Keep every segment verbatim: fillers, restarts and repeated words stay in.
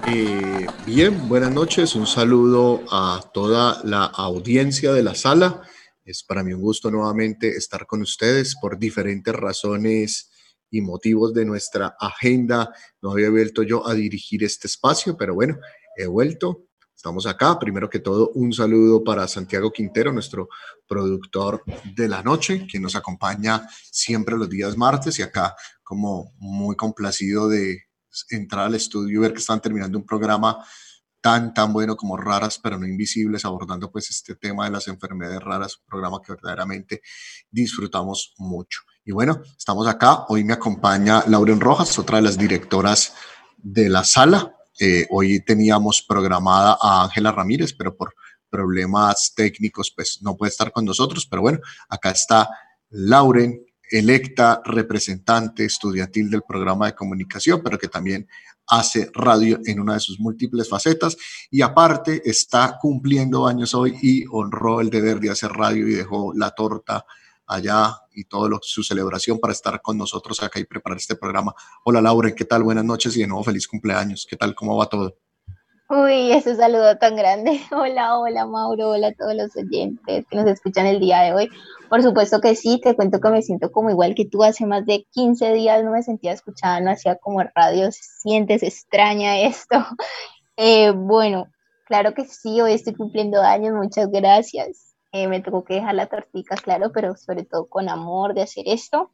Eh, bien, buenas noches. Un saludo a toda la audiencia de la sala. Es para mí un gusto nuevamente estar con ustedes por diferentes razones y motivos de nuestra agenda. No había vuelto yo a dirigir este espacio, pero bueno, he vuelto. Estamos acá. Primero que todo, un saludo para Santiago Quintero, nuestro productor de la noche, que nos acompaña siempre los días martes y acá como muy complacido de entrar al estudio y ver que están terminando un programa tan, tan bueno como Raras pero no Invisibles, abordando pues este tema de las enfermedades raras, un programa que verdaderamente disfrutamos mucho. Y bueno, estamos acá, hoy me acompaña Lauren Rojas, otra de las directoras de la sala. Eh, hoy teníamos programada a Ángela Ramírez, pero por problemas técnicos pues no puede estar con nosotros, pero bueno, acá está Lauren, electa representante estudiantil del programa de comunicación, pero que también hace radio en una de sus múltiples facetas y aparte está cumpliendo años hoy y honró el deber de hacer radio y dejó la torta allá y toda su celebración para estar con nosotros acá y preparar este programa. Hola Lauren, ¿qué tal? Buenas noches y de nuevo feliz cumpleaños. ¿Qué tal? ¿Cómo va todo? Uy, ese saludo tan grande. Hola, hola Mauro, hola a todos los oyentes que nos escuchan el día de hoy. Por supuesto que sí, te cuento que me siento como igual que tú. Hace más de quince días no me sentía escuchada, no hacía como radio. ¿Se siente, se extraña esto? Eh, bueno, claro que sí, hoy estoy cumpliendo años, muchas gracias. Eh, me tocó que dejar la tortica, claro, pero sobre todo con amor de hacer esto.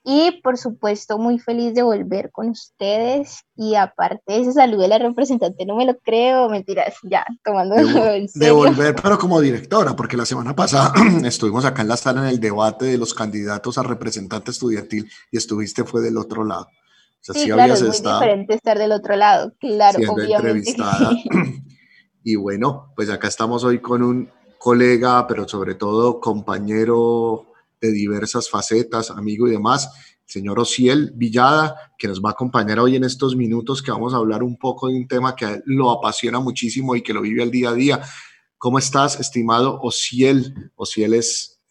Y por supuesto, muy feliz de volver con ustedes. Y aparte, ese saludo de la representante, no me lo creo, mentiras, ya, tomándolo Debo en serio. devolver, pero como directora, porque la semana pasada estuvimos acá en la sala en el debate de los candidatos a representante estudiantil y estuviste fue del otro lado. O sea, Sí, sí claro, habías es muy estado diferente estar del otro lado, claro, siendo obviamente que entrevistada. sí. Y bueno, pues acá estamos hoy con un colega, pero sobre todo compañero de diversas facetas, amigo y demás, el señor Osiel Villada, que nos va a acompañar hoy en estos minutos que vamos a hablar un poco de un tema que a él lo apasiona muchísimo y que lo vive al día a día. ¿Cómo estás, estimado Osiel? Osiel es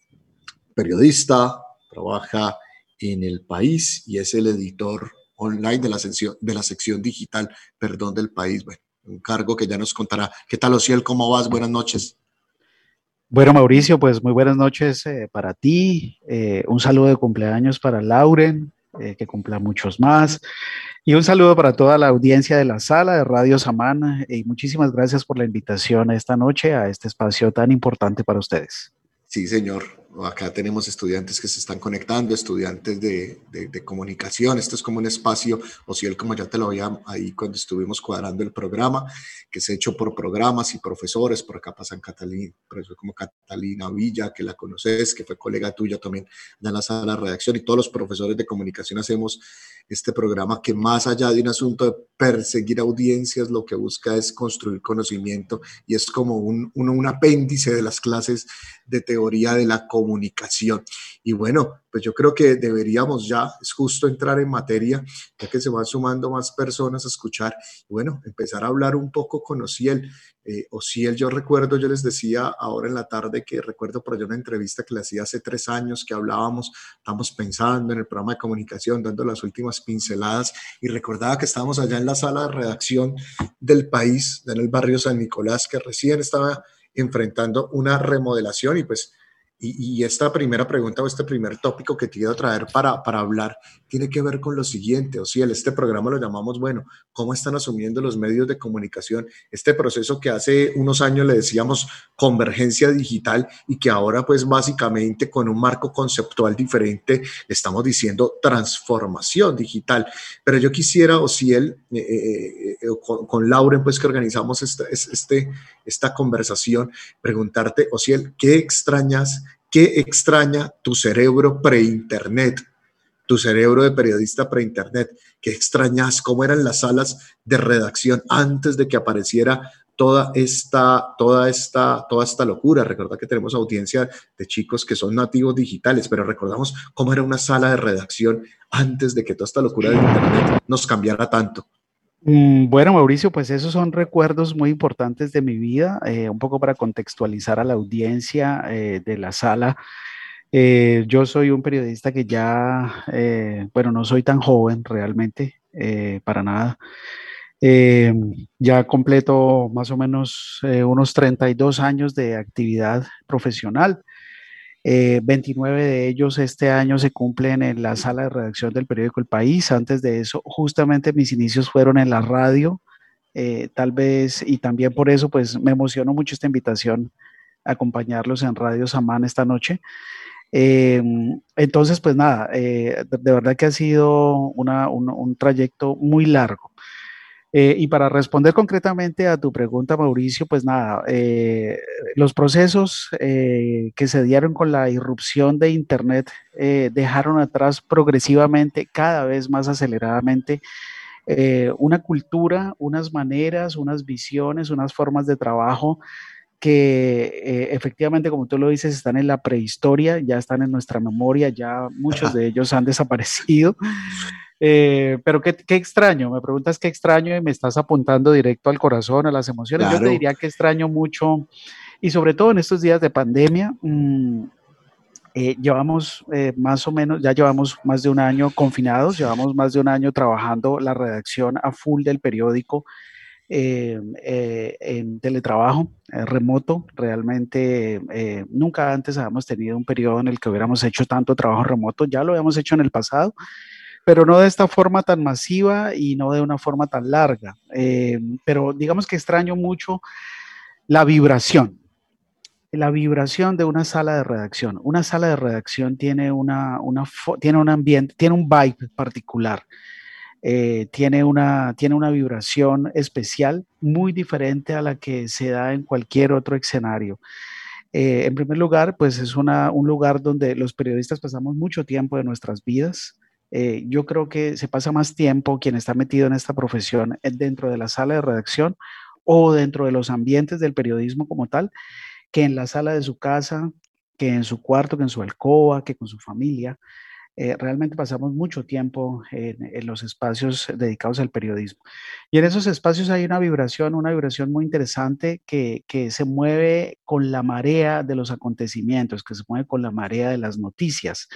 periodista, trabaja en El País y es el editor online de la sección, de la sección digital, perdón, del País. Bueno, un cargo que ya nos contará. ¿Qué tal, Ociel? ¿Cómo vas? Buenas noches. Bueno, Mauricio, pues muy buenas noches eh, para ti. Eh, un saludo de cumpleaños para Lauren, eh, que cumpla muchos más. Y un saludo para toda la audiencia de la sala de Radio Samán. Y muchísimas gracias por la invitación esta noche a este espacio tan importante para ustedes. Sí, señor. Acá tenemos estudiantes que se están conectando, estudiantes de, de, de comunicación. Esto es como un espacio, o si él como ya te lo había ahí cuando estuvimos cuadrando el programa, que es hecho por programas y profesores. Por acá pasan Catalina, profesor como Catalina Villa, que la conoces, que fue colega tuya también en la sala de redacción, y todos los profesores de comunicación hacemos este programa que más allá de un asunto de perseguir audiencias, lo que busca es construir conocimiento y es como un, un, un apéndice de las clases de teoría de la comunicación. Y bueno, pues yo creo que deberíamos ya, es justo entrar en materia, ya que se van sumando más personas a escuchar, y bueno, empezar a hablar un poco con Osiel. Eh, Osiel, yo recuerdo, yo les decía ahora en la tarde que recuerdo por allá una entrevista que le hacía hace tres años que hablábamos, estábamos pensando en el programa de comunicación, dando las últimas pinceladas, y recordaba que estábamos allá en la sala de redacción del País, en el barrio San Nicolás, que recién estaba enfrentando una remodelación y pues y, y, esta primera pregunta o este primer tópico que te quiero traer para, para hablar tiene que ver con lo siguiente, o sea, este programa lo llamamos, bueno, ¿cómo están asumiendo los medios de comunicación este proceso que hace unos años le decíamos convergencia digital y que ahora pues básicamente con un marco conceptual diferente estamos diciendo transformación digital? Pero yo quisiera, Osiel, eh, eh, eh, con, con Lauren pues que organizamos este, este esta conversación, preguntarte, Osiel, ¿qué extrañas, qué extraña tu cerebro pre-internet, tu cerebro de periodista pre-internet? ¿Qué extrañas? ¿Cómo eran las salas de redacción antes de que apareciera toda esta, toda esta, toda esta locura? Recuerda que tenemos audiencia de chicos que son nativos digitales, pero recordamos cómo era una sala de redacción antes de que toda esta locura del internet nos cambiara tanto. Mm, Bueno, Mauricio, pues esos son recuerdos muy importantes de mi vida, eh, un poco para contextualizar a la audiencia eh, de la sala. Eh, yo soy un periodista que ya, eh, bueno, no soy tan joven realmente, eh, para nada. Eh, ya completo más o menos eh, unos treinta y dos años de actividad profesional. Eh, veintinueve de ellos este año se cumplen en la sala de redacción del periódico El País. Antes de eso, justamente mis inicios fueron en la radio, eh, tal vez, y también por eso, pues me emocionó mucho esta invitación a acompañarlos en Radio Samán esta noche. Eh, entonces, pues nada, eh, de, de, verdad que ha sido una, un, un trayecto muy largo. Eh, y para responder concretamente a tu pregunta, Mauricio, pues nada, eh, los procesos eh, que se dieron con la irrupción de Internet eh, dejaron atrás progresivamente, cada vez más aceleradamente, eh, una cultura, unas maneras, unas visiones, unas formas de trabajo que eh, efectivamente, como tú lo dices, están en la prehistoria, ya están en nuestra memoria, ya muchos de ellos han desaparecido. Eh, pero qué, qué extraño, me preguntas qué extraño y me estás apuntando directo al corazón, a las emociones. Claro. Yo te diría que extraño mucho, y sobre todo en estos días de pandemia, mmm, eh, llevamos eh, más o menos, ya llevamos más de un año confinados, llevamos más de un año trabajando la redacción a full del periódico. Eh, eh, en teletrabajo eh, remoto. Realmente eh, nunca antes habíamos tenido un periodo en el que hubiéramos hecho tanto trabajo remoto, ya lo habíamos hecho en el pasado, pero no de esta forma tan masiva y no de una forma tan larga. Eh, pero digamos que extraño mucho la vibración, la vibración de una sala de redacción. Una sala de redacción tiene, una, una, tiene un ambiente, tiene un vibe particular. Eh, tiene, una, tiene una vibración especial muy diferente a la que se da en cualquier otro escenario. Eh, en primer lugar, pues es una, un lugar donde los periodistas pasamos mucho tiempo de nuestras vidas. Eh, yo creo que se pasa más tiempo quien está metido en esta profesión dentro de la sala de redacción o dentro de los ambientes del periodismo como tal, que en la sala de su casa, que en su cuarto, que en su alcoba, que con su familia. Eh, realmente pasamos mucho tiempo en, en, los espacios dedicados al periodismo. Y en esos espacios hay una vibración, una vibración muy interesante que, que se mueve con la marea de los acontecimientos, que se mueve con la marea de las noticias.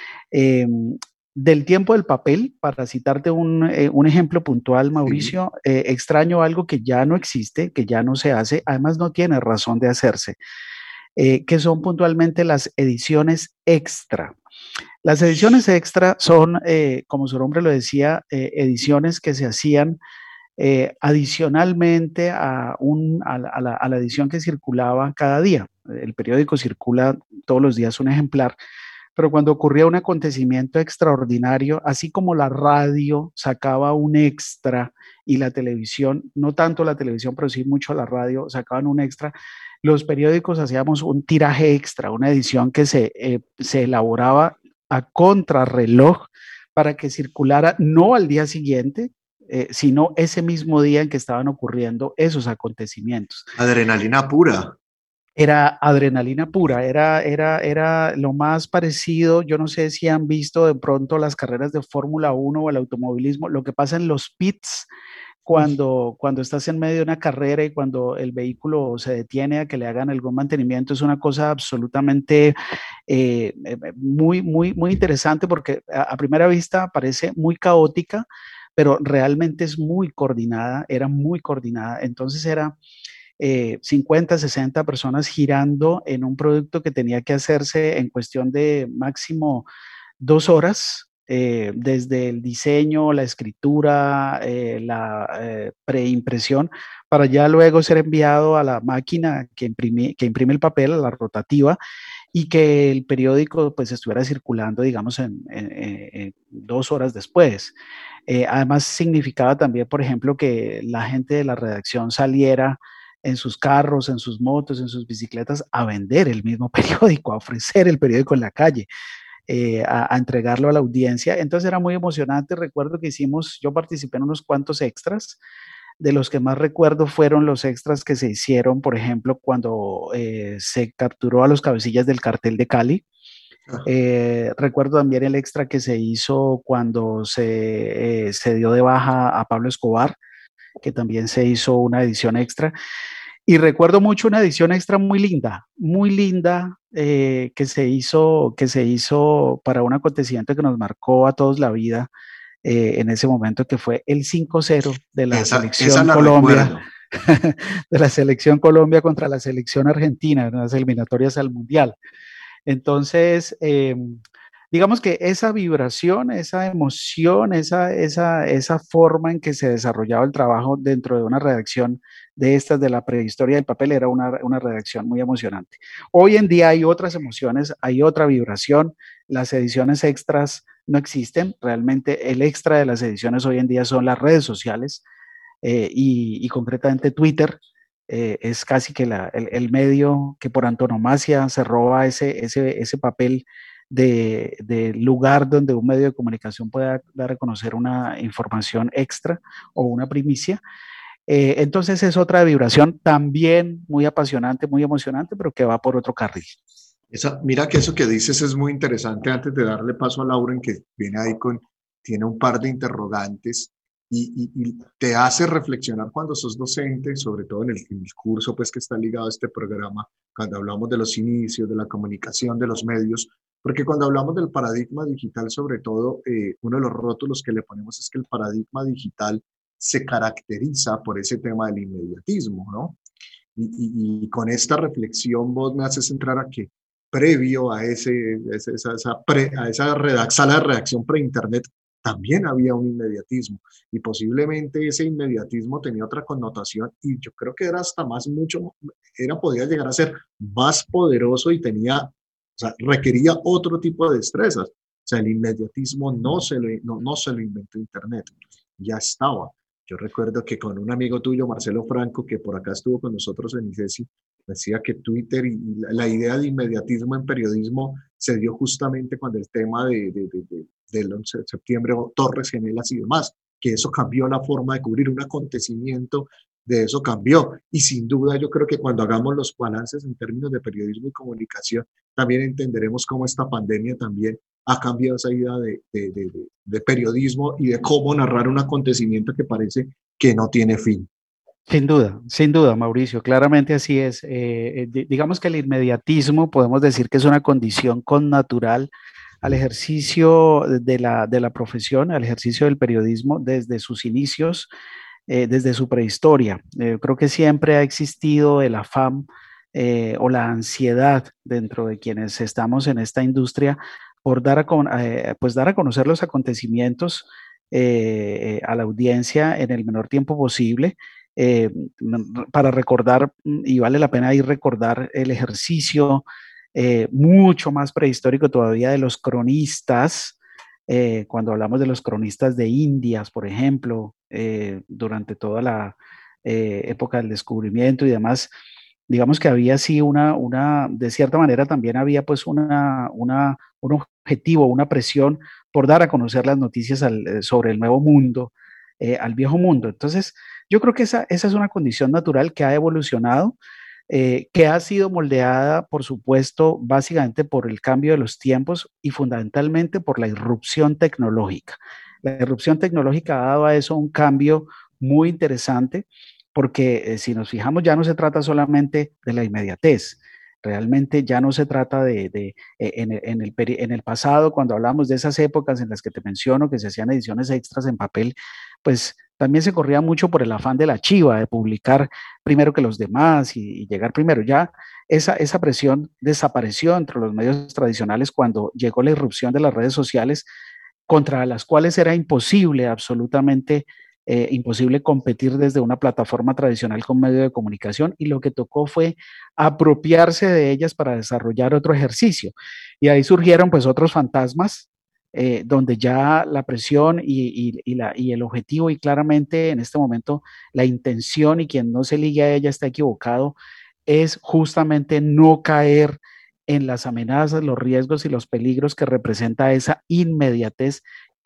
Eh, del tiempo del papel, para citarte un, eh, un ejemplo puntual, Mauricio, sí. eh, extraño algo que ya no existe, que ya no se hace, además no tiene razón de hacerse, eh, que son puntualmente las ediciones extra. Las ediciones extra son, eh, como su nombre lo decía, eh, ediciones que se hacían eh, adicionalmente a, un, a, la, a, la, a la edición que circulaba cada día. El periódico circula todos los días un ejemplar, pero cuando ocurría un acontecimiento extraordinario, así como la radio sacaba un extra y la televisión, no tanto la televisión, pero sí mucho la radio, sacaban un extra, los periódicos hacíamos un tiraje extra, una edición que se, eh, se elaboraba a contrarreloj para que circulara no al día siguiente, eh, sino ese mismo día en que estaban ocurriendo esos acontecimientos. Adrenalina pura. Era adrenalina pura, era, era, era lo más parecido. Yo no sé si han visto de pronto las carreras de Fórmula uno o el automovilismo, lo que pasa en los pits cuando, cuando estás en medio de una carrera y cuando el vehículo se detiene a que le hagan algún mantenimiento. Es una cosa absolutamente eh, muy, muy, muy interesante porque a, a primera vista parece muy caótica, pero realmente es muy coordinada, era muy coordinada. Entonces era eh, cincuenta, sesenta personas girando en un producto que tenía que hacerse en cuestión de máximo dos horas, eh, desde el diseño, la escritura, eh, la eh, preimpresión, para ya luego ser enviado a la máquina que imprime, que imprime el papel, a la rotativa, y que el periódico pues estuviera circulando, digamos, en, en, en dos horas después. Eh, además significaba también, por ejemplo, que la gente de la redacción saliera en sus carros, en sus motos, en sus bicicletas, a vender el mismo periódico, a ofrecer el periódico en la calle, eh, a, a entregarlo a la audiencia. Entonces era muy emocionante. Recuerdo que hicimos, yo participé en unos cuantos extras. De los que más recuerdo fueron los extras que se hicieron, por ejemplo, cuando eh, se capturó a los cabecillas del cartel de Cali. Eh, recuerdo también el extra que se hizo cuando se, eh, se dio de baja a Pablo Escobar, que también se hizo una edición extra. Y recuerdo mucho una edición extra muy linda, muy linda, eh, que se hizo, que se hizo para un acontecimiento que nos marcó a todos la vida, eh, en ese momento, que fue el cinco cero de la esa, selección esa la Colombia, recuerdo. de la selección Colombia contra la selección Argentina, en las eliminatorias al Mundial. Entonces, eh, digamos que esa vibración, esa emoción, esa, esa, esa forma en que se desarrollaba el trabajo dentro de una redacción de estas de la prehistoria del papel era una, una redacción muy emocionante. Hoy en día hay otras emociones, hay otra vibración, las ediciones extras no existen, realmente el extra de las ediciones hoy en día son las redes sociales eh, y, y concretamente Twitter. Eh, es casi que la, el, el, medio que por antonomasia se roba ese, ese, ese papel de, de lugar donde un medio de comunicación pueda dar a conocer una información extra o una primicia. Eh, entonces es otra vibración también muy apasionante, muy emocionante, pero que va por otro carril. Esa, mira que eso que dices es muy interesante. Antes de darle paso a Lauren, que viene ahí con, tiene un par de interrogantes y, y, y te hace reflexionar cuando sos docente, sobre todo en el, en el curso pues que está ligado a este programa, cuando hablamos de los inicios, de la comunicación, de los medios, porque cuando hablamos del paradigma digital, sobre todo, eh, uno de los rótulos que le ponemos es que el paradigma digital se caracteriza por ese tema del inmediatismo, ¿no? Y, y, y con esta reflexión vos me haces entrar a que previo a, ese, esa, esa pre, a esa redac, sala de redacción pre-internet también había un inmediatismo y posiblemente ese inmediatismo tenía otra connotación y yo creo que era hasta más mucho, era, podía llegar a ser más poderoso y tenía, o sea, requería otro tipo de destrezas. O sea, el inmediatismo no se lo, no, no se lo inventó Internet, ya estaba. Yo recuerdo que con un amigo tuyo, Marcelo Franco, que por acá estuvo con nosotros en ICESI, decía que Twitter y la, la idea de inmediatismo en periodismo se dio justamente cuando el tema de, de, de, de, del once de septiembre, Torres Gemelas y demás, que eso cambió la forma de cubrir un acontecimiento, de eso cambió. Y sin duda yo creo que cuando hagamos los balances en términos de periodismo y comunicación, también entenderemos cómo esta pandemia también ha cambiado esa idea de, de, de, de periodismo y de cómo narrar un acontecimiento que parece que no tiene fin. Sin duda, sin duda, Mauricio, claramente así es. Eh, digamos que el inmediatismo podemos decir que es una condición connatural al ejercicio de la, de la profesión, al ejercicio del periodismo desde sus inicios, eh, desde su prehistoria. Eh, creo que siempre ha existido el afán eh, o la ansiedad dentro de quienes estamos en esta industria por dar a, con, eh, pues dar a conocer los acontecimientos eh, a la audiencia en el menor tiempo posible. Eh, para recordar, y vale la pena ahí recordar el ejercicio eh, mucho más prehistórico todavía de los cronistas, eh, cuando hablamos de los cronistas de Indias, por ejemplo, eh, durante toda la eh, época del descubrimiento y demás, digamos que había sí una, una, de cierta manera también había pues una, una, un objetivo, una presión por dar a conocer las noticias al, sobre el nuevo mundo, eh, al viejo mundo. Entonces, yo creo que esa, esa es una condición natural que ha evolucionado, eh, que ha sido moldeada, por supuesto, básicamente por el cambio de los tiempos y fundamentalmente por la irrupción tecnológica. La irrupción tecnológica ha dado a eso un cambio muy interesante, porque eh, si nos fijamos ya no se trata solamente de la inmediatez, realmente ya no se trata de, de en, en, el, en el pasado, cuando hablamos de esas épocas en las que te menciono, que se hacían ediciones extras en papel, pues también se corría mucho por el afán de la chiva, de publicar primero que los demás y, y llegar primero. Ya esa, esa presión desapareció entre los medios tradicionales cuando llegó la irrupción de las redes sociales, contra las cuales era imposible, absolutamente eh, imposible competir desde una plataforma tradicional con medio de comunicación, y lo que tocó fue apropiarse de ellas para desarrollar otro ejercicio. Y ahí surgieron pues otros fantasmas, eh, donde ya la presión y, y, y, la, y el objetivo, y claramente en este momento la intención, y quien no se ligue a ella está equivocado, es justamente no caer en las amenazas, los riesgos y los peligros que representa esa inmediatez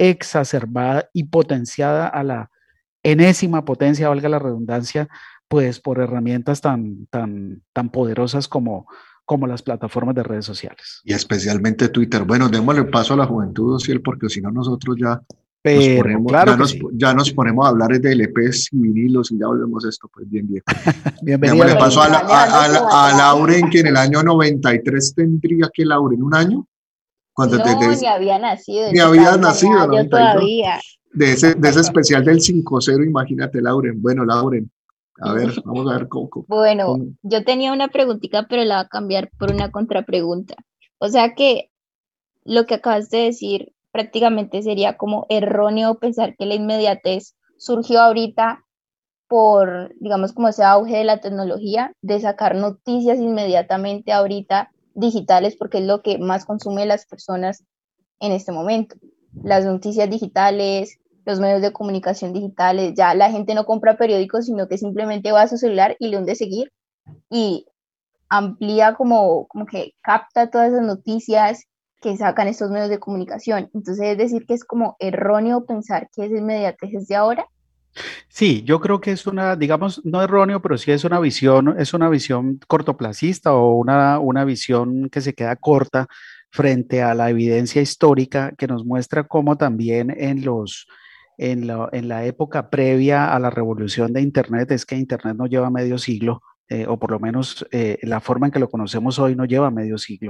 exacerbada y potenciada a la enésima potencia, valga la redundancia, pues por herramientas tan, tan, tan poderosas como, como las plataformas de redes sociales. Y especialmente Twitter. Bueno, démosle paso a la juventud, Ociel, porque si no nosotros ya, Pero, nos ponemos, claro ya, nos, sí. ya nos ponemos a hablar de L Ps y vinilos y ya volvemos a esto, pues bien, bien. Bienvenido. Démosle paso a, la, a, a, a, a Lauren, que en el año noventa y tres tendría que Lauren, un año. Cuando te, No, te- ni había nacido, ni ni habías estaba nacido, planeada yo noventa y dos. todavía. De ese, de ese especial del cinco cero, imagínate, Lauren. Bueno, Lauren, a ver, vamos a ver cómo, cómo- Bueno, cómo- yo tenía una preguntita, pero la voy a cambiar por una contrapregunta. O sea que lo que acabas de decir prácticamente sería como erróneo pensar que la inmediatez surgió ahorita por, digamos, como ese auge de la tecnología, de sacar noticias inmediatamente ahorita digitales, porque es lo que más consume las personas en este momento. Las noticias digitales, los medios de comunicación digitales, ya la gente no compra periódicos, sino que simplemente va a su celular y le hunde seguir y amplía como, como que capta todas esas noticias que sacan estos medios de comunicación. Entonces, es decir, que es como erróneo pensar que esa inmediatez es de ahora. Sí, yo creo que es una, digamos, no erróneo, pero sí es una visión, es una visión cortoplacista o una, una visión que se queda corta frente a la evidencia histórica que nos muestra cómo también en los, en la, en la época previa a la revolución de Internet, es que Internet no lleva medio siglo, eh, o por lo menos eh, la forma en que lo conocemos hoy no lleva medio siglo.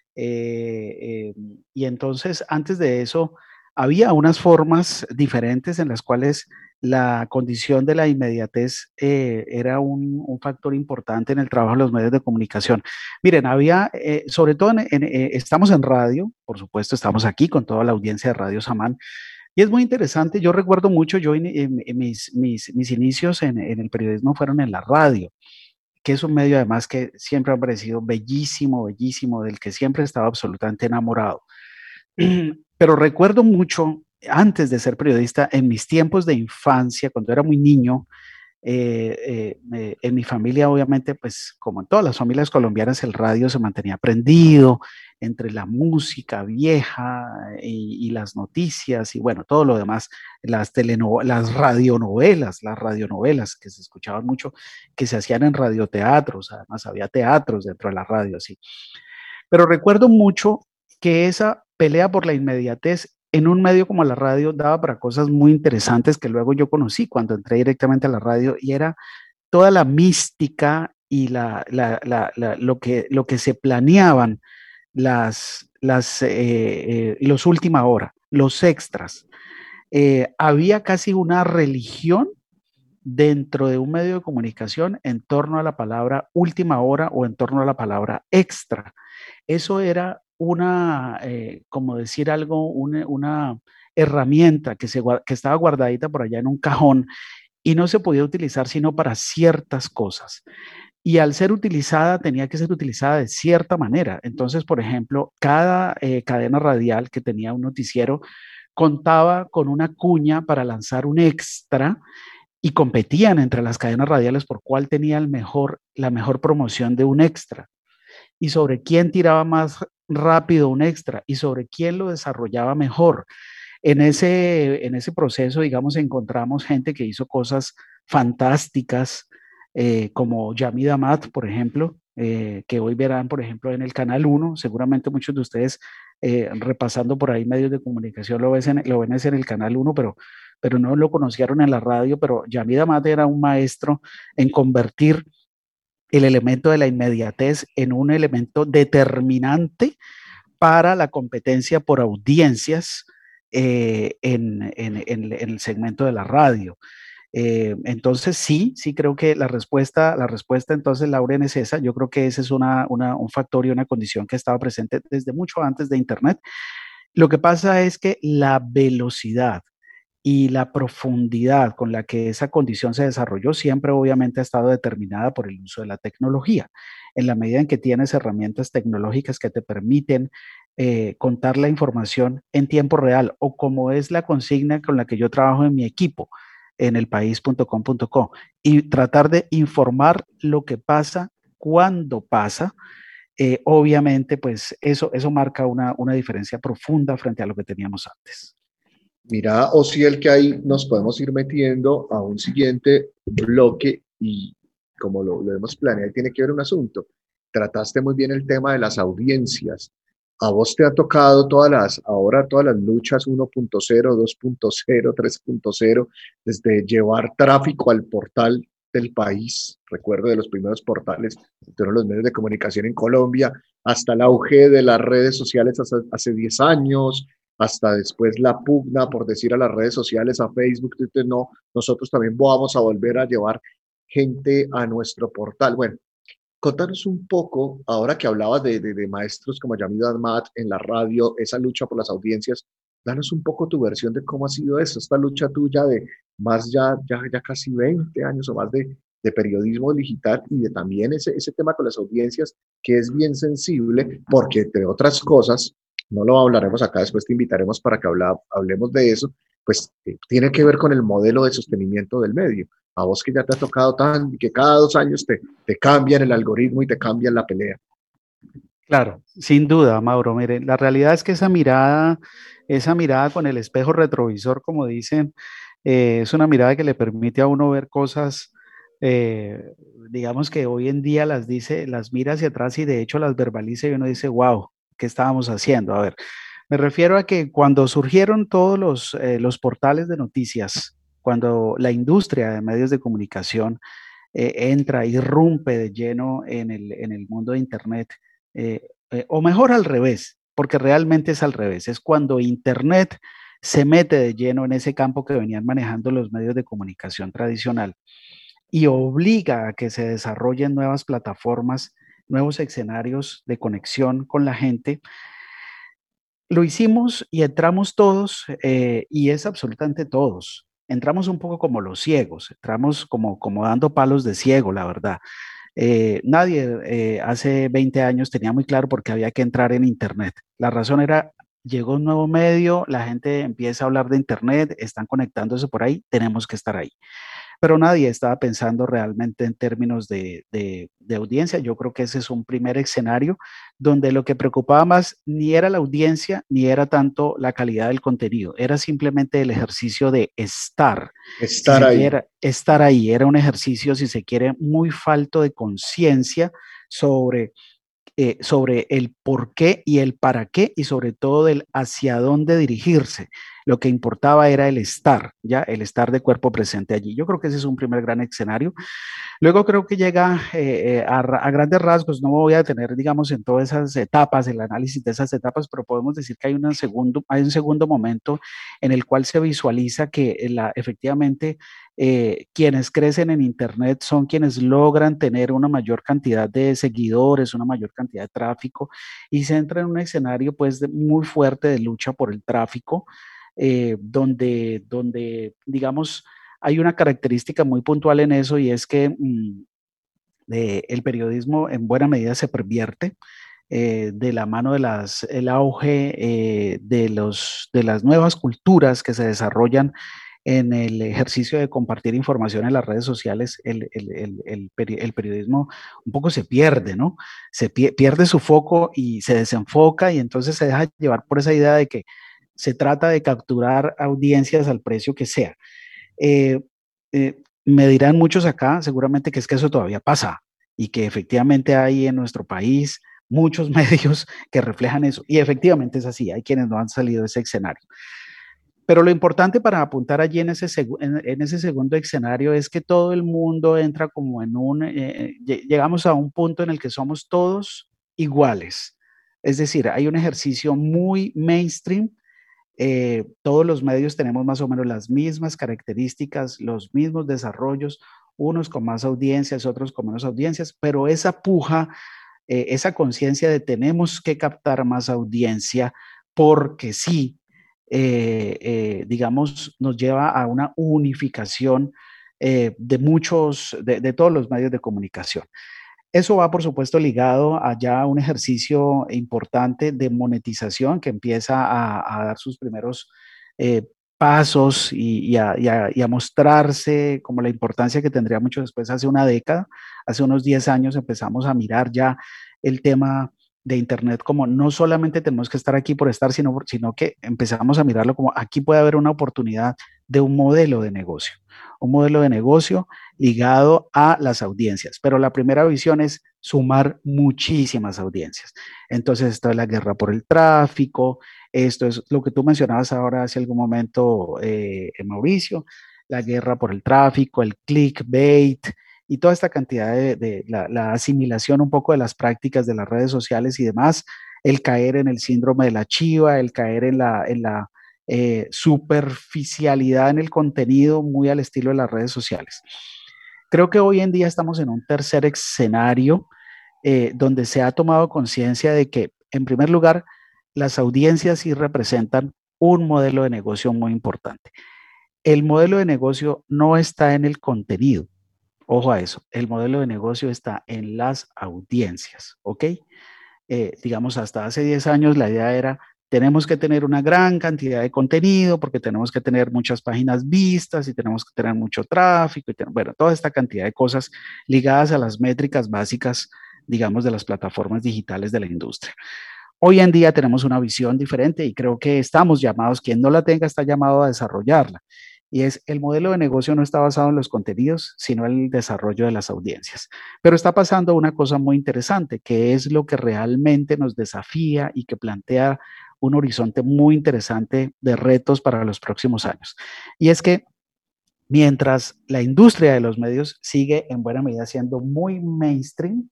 Eh, eh, y entonces, antes de eso, había unas formas diferentes en las cuales la condición de la inmediatez eh, era un, un factor importante en el trabajo de los medios de comunicación. Miren, había, eh, sobre todo, en, en, eh, estamos en radio, por supuesto, estamos aquí con toda la audiencia de Radio Samán, y es muy interesante, yo recuerdo mucho, yo en, en- en mis, mis, mis inicios en, en el periodismo fueron en la radio, que es un medio además que siempre ha parecido bellísimo, bellísimo, del que siempre estaba absolutamente enamorado. Pero recuerdo mucho, antes de ser periodista, en mis tiempos de infancia, cuando era muy niño, eh, eh, eh, en mi familia, obviamente, pues como en todas las familias colombianas, el radio se mantenía prendido entre la música vieja y, y las noticias y bueno, todo lo demás, las telenovelas, las radionovelas, las radionovelas que se escuchaban mucho, que se hacían en radioteatros, además había teatros dentro de la radio, así. Pero recuerdo mucho que esa pelea por la inmediatez en un medio como la radio daba para cosas muy interesantes que luego yo conocí cuando entré directamente a la radio y era toda la mística y la, la, la, la, lo, que, lo que se planeaban las, las, eh, eh, los última hora, los extras. Eh, había casi una religión dentro de un medio de comunicación en torno a la palabra última hora o en torno a la palabra extra. Eso era una, eh, como decir algo, una, una herramienta que, se, que estaba guardadita por allá en un cajón y no se podía utilizar sino para ciertas cosas. Y al ser utilizada, tenía que ser utilizada de cierta manera. Entonces, por ejemplo, cada eh, cadena radial que tenía un noticiero contaba con una cuña para lanzar un extra y competían entre las cadenas radiales por cuál tenía el mejor, la mejor promoción de un extra y sobre quién tiraba más rápido un extra y sobre quién lo desarrollaba mejor. En ese, en ese proceso, digamos, encontramos gente que hizo cosas fantásticas, eh, como Yamid Amat, por ejemplo, eh, que hoy verán, por ejemplo, en el Canal uno. Seguramente muchos de ustedes, eh, repasando por ahí medios de comunicación, lo, ves en, lo ven en el Canal uno, pero, pero no lo conocieron en la radio. Pero Yamid Amat era un maestro en convertir el elemento de la inmediatez en un elemento determinante para la competencia por audiencias eh, en, en, en, en, el segmento de la radio. Eh, entonces sí, sí creo que la respuesta, la respuesta entonces, Lauren, es esa. Yo creo que ese es una, una, un factor y una condición que estaba presente desde mucho antes de Internet. Lo que pasa es que la velocidad y la profundidad con la que esa condición se desarrolló siempre obviamente ha estado determinada por el uso de la tecnología. En la medida en que tienes herramientas tecnológicas que te permiten eh, contar la información en tiempo real o como es la consigna con la que yo trabajo en mi equipo en elpaís punto com punto co y tratar de informar lo que pasa cuando pasa, eh, obviamente pues eso, eso marca una, una diferencia profunda frente a lo que teníamos antes. Mira, o si el que ahí nos podemos ir metiendo a un siguiente bloque y como lo, lo hemos planeado, tiene que ver un asunto. Trataste muy bien el tema de las audiencias. A vos te ha tocado todas las, ahora todas las luchas uno punto cero, dos punto cero, tres punto cero, desde llevar tráfico al portal del país. Recuerdo de los primeros portales de todos los medios de comunicación en Colombia, hasta el auge de las redes sociales hace, hace diez años, hasta después la pugna por decir a las redes sociales, a Facebook, Twitter, no, nosotros también vamos a volver a llevar gente a nuestro portal. Bueno, contanos un poco, ahora que hablabas de, de, de maestros como Yamid Ahmad en la radio, esa lucha por las audiencias, danos un poco tu versión de cómo ha sido eso, esta lucha tuya de más ya, ya, ya casi veinte años o más de, de periodismo digital y de también ese, ese tema con las audiencias que es bien sensible porque entre otras cosas, no lo hablaremos acá, después te invitaremos para que habla, hablemos de eso, pues eh, tiene que ver con el modelo de sostenimiento del medio. A vos que ya te ha tocado tan, que cada dos años te, te cambian el algoritmo y te cambian la pelea. Claro, sin duda, Mauro. Mire, la realidad es que esa mirada, esa mirada con el espejo retrovisor, como dicen, eh, es una mirada que le permite a uno ver cosas, eh, digamos que hoy en día las dice, las mira hacia atrás y de hecho las verbaliza y uno dice, wow, ¿qué estábamos haciendo? A ver, me refiero a que cuando surgieron todos los, eh, los portales de noticias, cuando la industria de medios de comunicación eh, entra, irrumpe de lleno en el, en el mundo de Internet, eh, eh, o mejor al revés, porque realmente es al revés, es cuando Internet se mete de lleno en ese campo que venían manejando los medios de comunicación tradicional y obliga a que se desarrollen nuevas plataformas, nuevos escenarios de conexión con la gente. Lo hicimos y entramos todos, eh, y es absolutamente todos. Entramos un poco como los ciegos, entramos como, como dando palos de ciego, la verdad. Eh, nadie eh, hace veinte años tenía muy claro por qué había que entrar en Internet. La razón era, llegó un nuevo medio, la gente empieza a hablar de Internet, están conectándose por ahí, tenemos que estar ahí. Pero nadie estaba pensando realmente en términos de, de, de audiencia. Yo creo que ese es un primer escenario donde lo que preocupaba más ni era la audiencia, ni era tanto la calidad del contenido, era simplemente el ejercicio de estar. Si Estar se ahí. quiere, estar ahí era un ejercicio, si se quiere, muy falto de conciencia sobre eh, sobre el por qué y el para qué y sobre todo del hacia dónde dirigirse. Lo que importaba era el estar, ya el estar de cuerpo presente allí. Yo creo que ese es un primer gran escenario. Luego creo que llega eh, eh, a, a, grandes rasgos, no me voy a detener, digamos, en todas esas etapas, el análisis de esas etapas, pero podemos decir que hay, una segundo, hay un segundo momento en el cual se visualiza que la, efectivamente eh, quienes crecen en Internet son quienes logran tener una mayor cantidad de seguidores, una mayor cantidad de tráfico y se entra en un escenario pues de, muy fuerte de lucha por el tráfico, eh, donde, donde, digamos, hay una característica muy puntual en eso y es que mmm, eh, el periodismo en buena medida se pervierte eh, de la mano de las, el auge eh, de, los, de las nuevas culturas que se desarrollan en el ejercicio de compartir información en las redes sociales. El, el, el, el, peri el periodismo un poco se pierde, ¿no? Se pi pierde su foco y se desenfoca y entonces se deja llevar por esa idea de que se trata de capturar audiencias al precio que sea. Eh, eh, me dirán muchos acá, seguramente que es que eso todavía pasa y que efectivamente hay en nuestro país muchos medios que reflejan eso. Y efectivamente es así, hay quienes no han salido de ese escenario. Pero lo importante para apuntar allí en ese, en, en ese segundo escenario es que todo el mundo entra como en un, eh, llegamos a un punto en el que somos todos iguales. Es decir, hay un ejercicio muy mainstream. Eh, todos los medios tenemos más o menos las mismas características, los mismos desarrollos, unos con más audiencias, otros con menos audiencias, pero esa puja, eh, esa conciencia de tenemos que captar más audiencia porque sí, eh, eh, digamos, nos lleva a una unificación eh, de muchos, de, de todos los medios de comunicación. Eso va, por supuesto, ligado a ya un ejercicio importante de monetización que empieza a, a dar sus primeros eh, pasos y, y, a, y, a, y, a, mostrarse como la importancia que tendría mucho después, hace una década, hace unos diez años empezamos a mirar ya el tema de Internet como no solamente tenemos que estar aquí por estar, sino, sino que empezamos a mirarlo como aquí puede haber una oportunidad de un modelo de negocio, un modelo de negocio ligado a las audiencias, pero la primera visión es sumar muchísimas audiencias. Entonces, esto es la guerra por el tráfico, esto es lo que tú mencionabas ahora hace algún momento, eh, Mauricio, la guerra por el tráfico, el clickbait, y toda esta cantidad de, de la, la asimilación un poco de las prácticas de las redes sociales y demás, el caer en el síndrome de la chiva, el caer en la, en la eh, superficialidad en el contenido muy al estilo de las redes sociales. Creo que hoy en día estamos en un tercer escenario eh, donde se ha tomado conciencia de que, en primer lugar, las audiencias sí representan un modelo de negocio muy importante. El modelo de negocio no está en el contenido. Ojo a eso, el modelo de negocio está en las audiencias, ¿ok? Eh, digamos, hasta hace diez años la idea era, tenemos que tener una gran cantidad de contenido porque tenemos que tener muchas páginas vistas y tenemos que tener mucho tráfico, y ten, bueno, toda esta cantidad de cosas ligadas a las métricas básicas, digamos, de las plataformas digitales de la industria. Hoy en día tenemos una visión diferente y creo que estamos llamados, quien no la tenga está llamado a desarrollarla. Y es, el modelo de negocio no está basado en los contenidos, sino en el desarrollo de las audiencias. Pero está pasando una cosa muy interesante, que es lo que realmente nos desafía y que plantea un horizonte muy interesante de retos para los próximos años. Y es que mientras la industria de los medios sigue en buena medida siendo muy mainstream,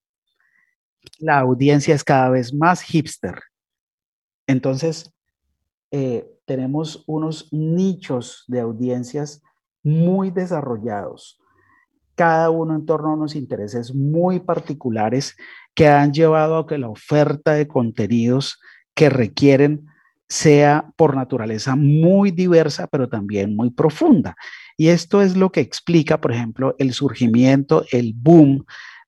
la audiencia es cada vez más hipster. Entonces, eh, tenemos unos nichos de audiencias muy desarrollados, cada uno en torno a unos intereses muy particulares que han llevado a que la oferta de contenidos que requieren sea por naturaleza muy diversa, pero también muy profunda. Y esto es lo que explica, por ejemplo, el surgimiento, el boom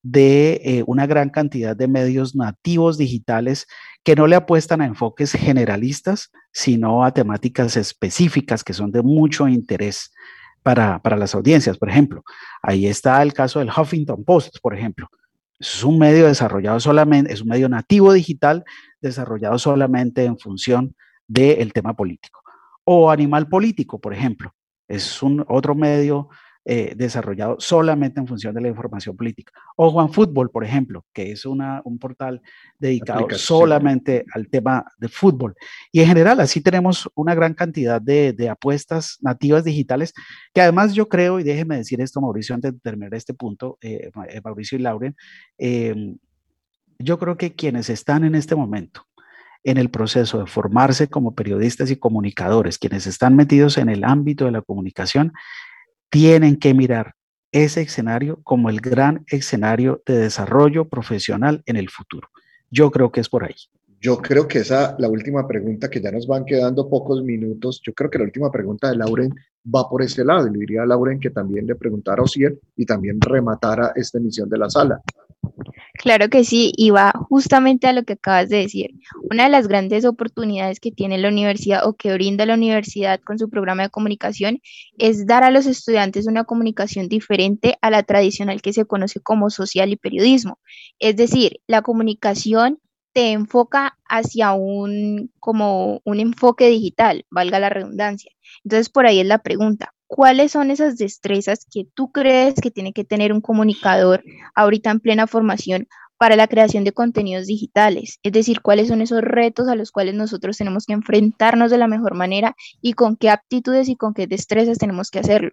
de eh, una gran cantidad de medios nativos digitales que no le apuestan a enfoques generalistas, sino a temáticas específicas que son de mucho interés para, para las audiencias. Por ejemplo, ahí está el caso del Huffington Post, por ejemplo. Es un medio desarrollado solamente, es un medio nativo digital desarrollado solamente en función del tema político. O Animal Político, por ejemplo, es un otro medio eh, desarrollado solamente en función de la información política. O OneFootball, por ejemplo, que es una, un portal dedicado solamente al tema de fútbol. Y en general, así tenemos una gran cantidad de, de apuestas nativas digitales, que además yo creo, y déjeme decir esto, Mauricio, antes de terminar este punto, eh, Mauricio y Lauren, eh, yo creo que quienes están en este momento en el proceso de formarse como periodistas y comunicadores, quienes están metidos en el ámbito de la comunicación, tienen que mirar ese escenario como el gran escenario de desarrollo profesional en el futuro. Yo creo que es por ahí. Yo creo que esa, la última pregunta, que ya nos van quedando pocos minutos, yo creo que la última pregunta de Lauren va por ese lado. Y le diría a Lauren que también le preguntara a Osiel y también rematara esta emisión de la sala. Claro que sí, y va justamente a lo que acabas de decir. Una de las grandes oportunidades que tiene la universidad o que brinda la universidad con su programa de comunicación es dar a los estudiantes una comunicación diferente a la tradicional que se conoce como social y periodismo. Es decir, la comunicación te enfoca hacia un, como un enfoque digital, valga la redundancia. Entonces, por ahí es la pregunta. ¿Cuáles son esas destrezas que tú crees que tiene que tener un comunicador ahorita en plena formación para la creación de contenidos digitales? Es decir, ¿cuáles son esos retos a los cuales nosotros tenemos que enfrentarnos de la mejor manera y con qué aptitudes y con qué destrezas tenemos que hacerlo?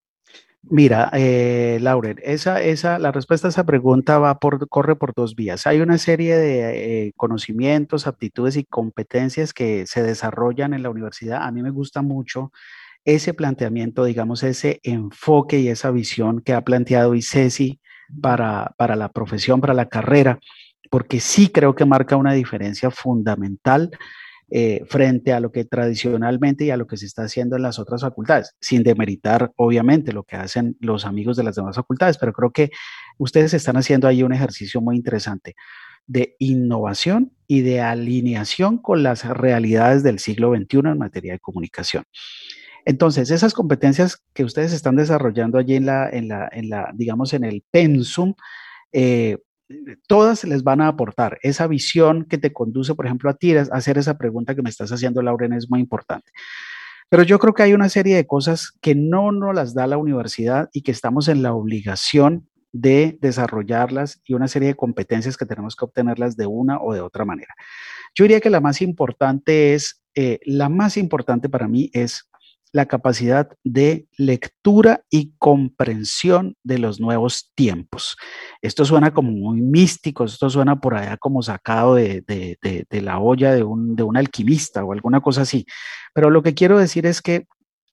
Mira, eh, Lauren, esa, esa, la respuesta a esa pregunta va por, corre por dos vías. Hay una serie de eh, conocimientos, aptitudes y competencias que se desarrollan en la universidad. A mí me gusta mucho ese planteamiento, digamos, ese enfoque y esa visión que ha planteado ICESI para, para la profesión, para la carrera, porque sí creo que marca una diferencia fundamental eh, frente a lo que tradicionalmente y a lo que se está haciendo en las otras facultades, sin demeritar, obviamente, lo que hacen los amigos de las demás facultades, pero creo que ustedes están haciendo ahí un ejercicio muy interesante de innovación y de alineación con las realidades del siglo veintiuno en materia de comunicación. Entonces, esas competencias que ustedes están desarrollando allí en la, en la, en la digamos, en el pensum, eh, todas les van a aportar esa visión que te conduce, por ejemplo, a ti, a hacer esa pregunta que me estás haciendo, Lauren, es muy importante. Pero yo creo que hay una serie de cosas que no nos las da la universidad y que estamos en la obligación de desarrollarlas y una serie de competencias que tenemos que obtenerlas de una o de otra manera. Yo diría que la más importante es, eh, la más importante para mí es la capacidad de lectura y comprensión de los nuevos tiempos. Esto suena como muy místico, esto suena por allá como sacado de, de, de, de la olla de un, de un alquimista o alguna cosa así, pero lo que quiero decir es que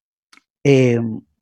eh,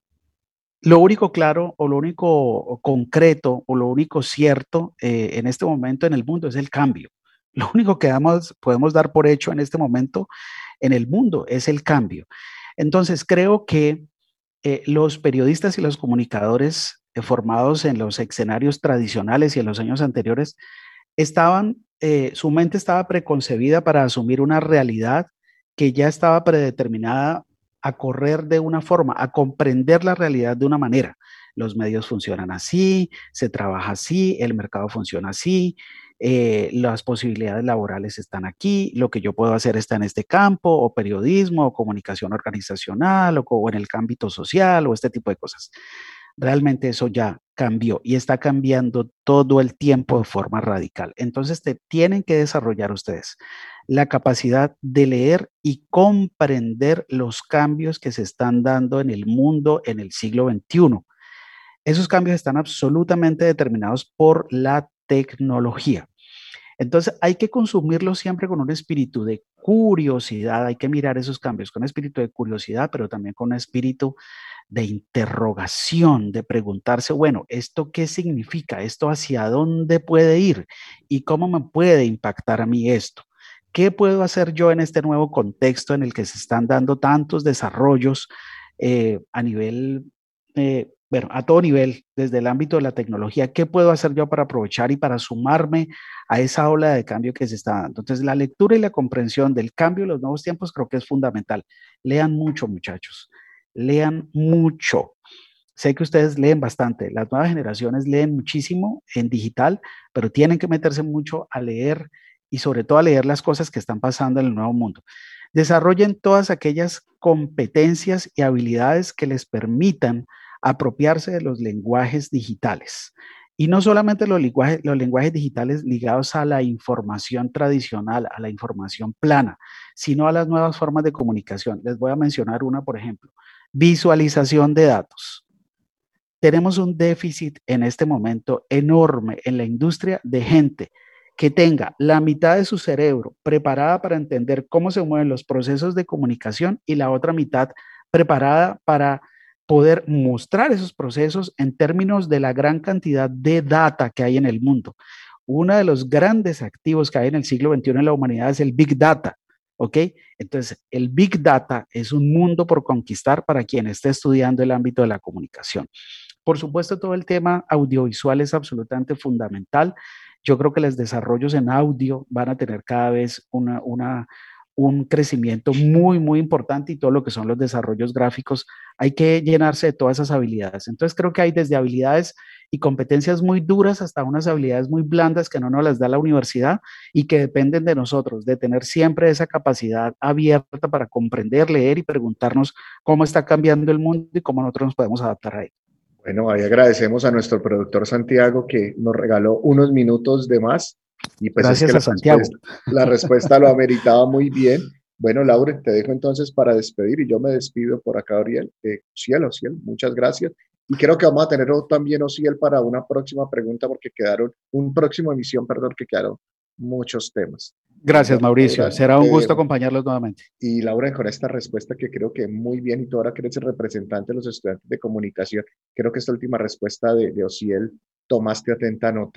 lo único claro o lo único concreto o lo único cierto eh, en este momento en el mundo es el cambio. Lo único que damos, podemos dar por hecho en este momento en el mundo es el cambio. Entonces creo que eh, los periodistas y los comunicadores eh, formados en los escenarios tradicionales y en los años anteriores estaban, eh, su mente estaba preconcebida para asumir una realidad que ya estaba predeterminada a correr de una forma, a comprender la realidad de una manera. Los medios funcionan así, se trabaja así, el mercado funciona así, eh, las posibilidades laborales están aquí, lo que yo puedo hacer está en este campo, o periodismo, o comunicación organizacional, o, o en el ámbito social, o este tipo de cosas. Realmente eso ya cambió y está cambiando todo el tiempo de forma radical. Entonces te tienen que desarrollar ustedes la capacidad de leer y comprender los cambios que se están dando en el mundo en el siglo veintiuno. Esos cambios están absolutamente determinados por la tecnología. Entonces hay que consumirlo siempre con un espíritu de curiosidad, hay que mirar esos cambios con espíritu de curiosidad, pero también con un espíritu de interrogación, de preguntarse, bueno, ¿esto qué significa? ¿Esto hacia dónde puede ir? ¿Y cómo me puede impactar a mí esto? ¿Qué puedo hacer yo en este nuevo contexto en el que se están dando tantos desarrollos eh, a nivel, eh, bueno, a todo nivel, desde el ámbito de la tecnología? ¿Qué puedo hacer yo para aprovechar y para sumarme a esa ola de cambio que se está dando? Entonces, la lectura y la comprensión del cambio de los nuevos tiempos creo que es fundamental. Lean mucho, muchachos. Lean mucho. Sé que ustedes leen bastante. Las nuevas generaciones leen muchísimo en digital, pero tienen que meterse mucho a leer y sobre todo a leer las cosas que están pasando en el nuevo mundo. Desarrollen todas aquellas competencias y habilidades que les permitan apropiarse de los lenguajes digitales. Y no solamente los lenguajes, los lenguajes digitales ligados a la información tradicional, a la información plana, sino a las nuevas formas de comunicación. Les voy a mencionar una, por ejemplo. Visualización de datos. Tenemos un déficit en este momento enorme en la industria de gente que tenga la mitad de su cerebro preparada para entender cómo se mueven los procesos de comunicación y la otra mitad preparada para poder mostrar esos procesos en términos de la gran cantidad de data que hay en el mundo. Uno de los grandes activos que hay en el siglo veintiuno en la humanidad es el Big Data. ¿Ok? Entonces, el Big Data es un mundo por conquistar para quien esté estudiando el ámbito de la comunicación. Por supuesto, todo el tema audiovisual es absolutamente fundamental. Yo creo que los desarrollos en audio van a tener cada vez una, una, un crecimiento muy, muy importante y todo lo que son los desarrollos gráficos, hay que llenarse de todas esas habilidades. Entonces, creo que hay desde habilidades y competencias muy duras hasta unas habilidades muy blandas que no nos las da la universidad y que dependen de nosotros, de tener siempre esa capacidad abierta para comprender, leer y preguntarnos cómo está cambiando el mundo y cómo nosotros nos podemos adaptar a él. Bueno, ahí agradecemos a nuestro productor Santiago que nos regaló unos minutos de más. Y pues Gracias es que a Santiago. Respuesta, la respuesta lo ameritaba muy bien. Bueno, Laura, te dejo entonces para despedir y yo me despido por acá, Oriel. Eh, Ociel, Ociel, muchas gracias. Y creo que vamos a tener también, Ociel, para una próxima pregunta porque quedaron, un próximo emisión, perdón, que quedaron muchos temas. Gracias, bueno, Mauricio. Laura, Será un eh, gusto acompañarlos nuevamente. Y Laura, con esta respuesta que creo que muy bien, y tú ahora que eres el representante de los estudiantes de comunicación, creo que esta última respuesta de, de Ociel, tomaste atenta nota.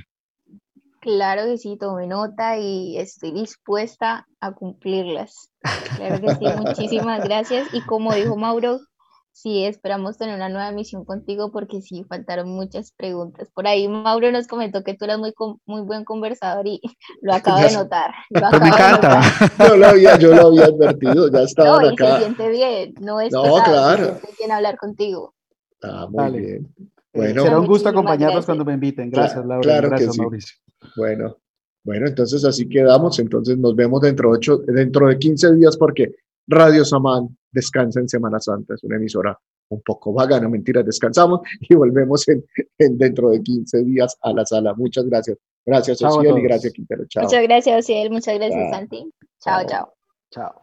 Claro que sí, tomé nota y estoy dispuesta a cumplirlas. Claro que sí, muchísimas gracias. Y como dijo Mauro, sí, esperamos tener una nueva emisión contigo porque sí, faltaron muchas preguntas. Por ahí Mauro nos comentó que tú eras muy, muy buen conversador y lo acabo de notar. Lo Pues me encanta. Yo lo había, yo lo había advertido, ya estaban no, y acá. se siente bien, no es No, pesado, claro. se siente bien hablar contigo. Ah, muy Dale. bien. Bueno, será un gusto acompañarlos cuando me inviten. Gracias, claro, Laura. Claro gracias, que sí. Mauricio. Bueno, bueno, entonces así quedamos. Entonces nos vemos dentro de, ocho, dentro de quince días porque Radio Samán descansa en Semana Santa. Es una emisora un poco vaga, no mentiras, descansamos y volvemos en, en dentro de quince días a la sala. Muchas gracias. Gracias, Ociel, y gracias, Quintero. Chao. Muchas gracias, Ociel. Muchas gracias, Chao. Santi. Chao, chao. Chao.